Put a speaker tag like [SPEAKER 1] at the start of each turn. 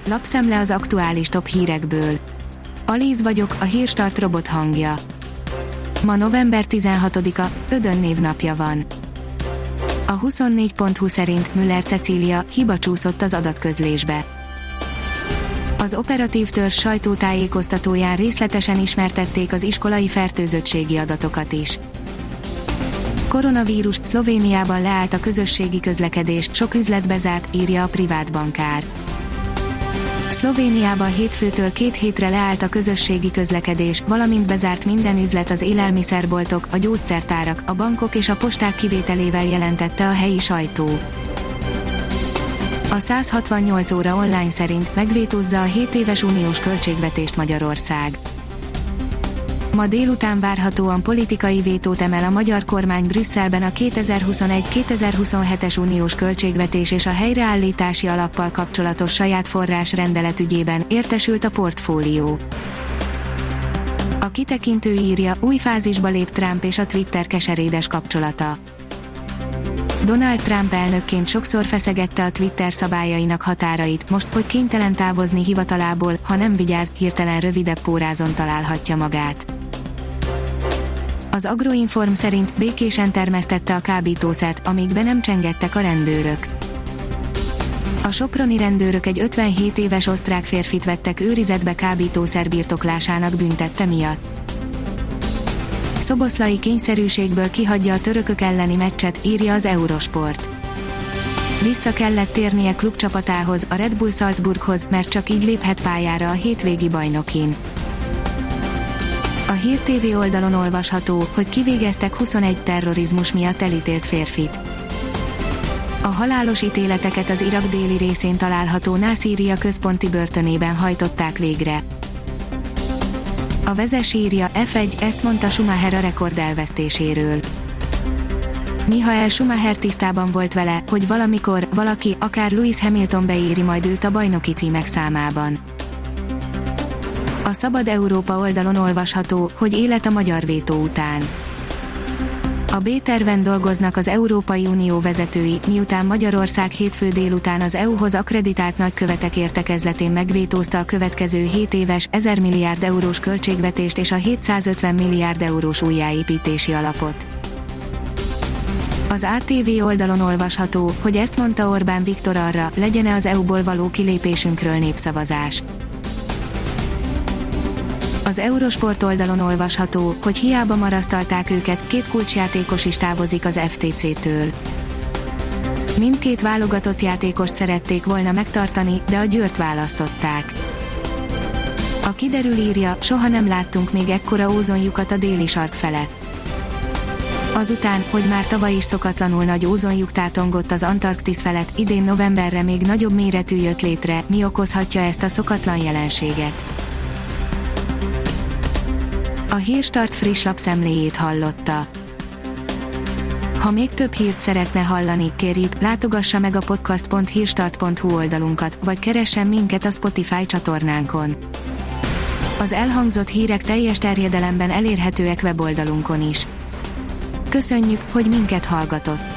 [SPEAKER 1] Lapszemle az aktuális top hírekből. Alíz vagyok, a Hírstart robot hangja. Ma november 16-a, Ödön névnapja van. A 24.hu szerint Müller Cecília hiba csúszott az adatközlésbe. Az operatív törzs sajtótájékoztatóján részletesen ismertették az iskolai fertőzöttségi adatokat is. Koronavírus, Szlovéniában leállt a közösségi közlekedés, sok üzlet bezárt, írja a privát bankár. Szlovéniában hétfőtől 2 hétre leállt a közösségi közlekedés, valamint bezárt minden üzlet, az élelmiszerboltok, a gyógyszertárak, a bankok és a posták kivételével, jelentette a helyi sajtó. A 168 óra online szerint megvétózza a 7 éves uniós költségvetést Magyarország. Ma délután várhatóan politikai vétót emel a magyar kormány Brüsszelben a 2021-2027-es uniós költségvetés és a helyreállítási alappal kapcsolatos saját forrás rendelet ügyében, értesült a Portfólió. A kitekintő írja, új fázisba lép Trump és a Twitter keserédes kapcsolata. Donald Trump elnökként sokszor feszegette a Twitter szabályainak határait, most, hogy kénytelen távozni hivatalából, ha nem vigyáz, hirtelen rövidebb pórázon találhatja magát. Az Agroinform szerint békésen termesztette a kábítószert, amíg be nem csengettek a rendőrök. A soproni rendőrök egy 57 éves osztrák férfit vettek őrizetbe kábítószer birtoklásának büntette miatt. Szoboszlai kényszerűségből kihagyja a törökök elleni meccset, írja az Eurosport. Vissza kellett térnie klubcsapatához, a Red Bull Salzburghoz, mert csak így léphet pályára a hétvégi bajnokin. A Hír TV oldalon olvasható, hogy kivégeztek 21 terrorizmus miatt elítélt férfit. A halálos ítéleteket az Irak déli részén található Nászíria központi börtönében hajtották végre. A Vezes írja, F1, ezt mondta Schumacher a rekord elvesztéséről. Michael Schumacher tisztában volt vele, hogy valamikor, valaki, akár Lewis Hamilton beéri majd őt a bajnoki címek számában. A Szabad Európa oldalon olvasható, hogy élet a magyar vétó után. A B-terven dolgoznak az Európai Unió vezetői, miután Magyarország hétfő délután az EU-hoz akkreditált nagykövetek értekezletén megvétózta a következő 7 éves, 1000 milliárd eurós költségvetést és a 750 milliárd eurós újjáépítési alapot. Az ATV oldalon olvasható, hogy ezt mondta Orbán Viktor arra, legyen-e az EU-ból való kilépésünkről népszavazás. Az Eurosport oldalon olvasható, hogy hiába marasztalták őket, 2 kulcsjátékos is távozik az FTC-től. Mindkét válogatott játékost szerették volna megtartani, de a Győrt választották. A Kiderül írja, soha nem láttunk még ekkora ózonlyukat a déli sark felett. Azután, hogy már tavaly is szokatlanul nagy ózonlyuk tátongott az Antarktisz felett, idén novemberre még nagyobb méretű jött létre, mi okozhatja ezt a szokatlan jelenséget. A Hírstart friss lapszemléjét hallotta. Ha még több hírt szeretne hallani, kérjük, látogassa meg a podcast.hírstart.hu oldalunkat, vagy keressen minket a Spotify csatornánkon. Az elhangzott hírek teljes terjedelemben elérhetőek weboldalunkon is. Köszönjük, hogy minket hallgatott!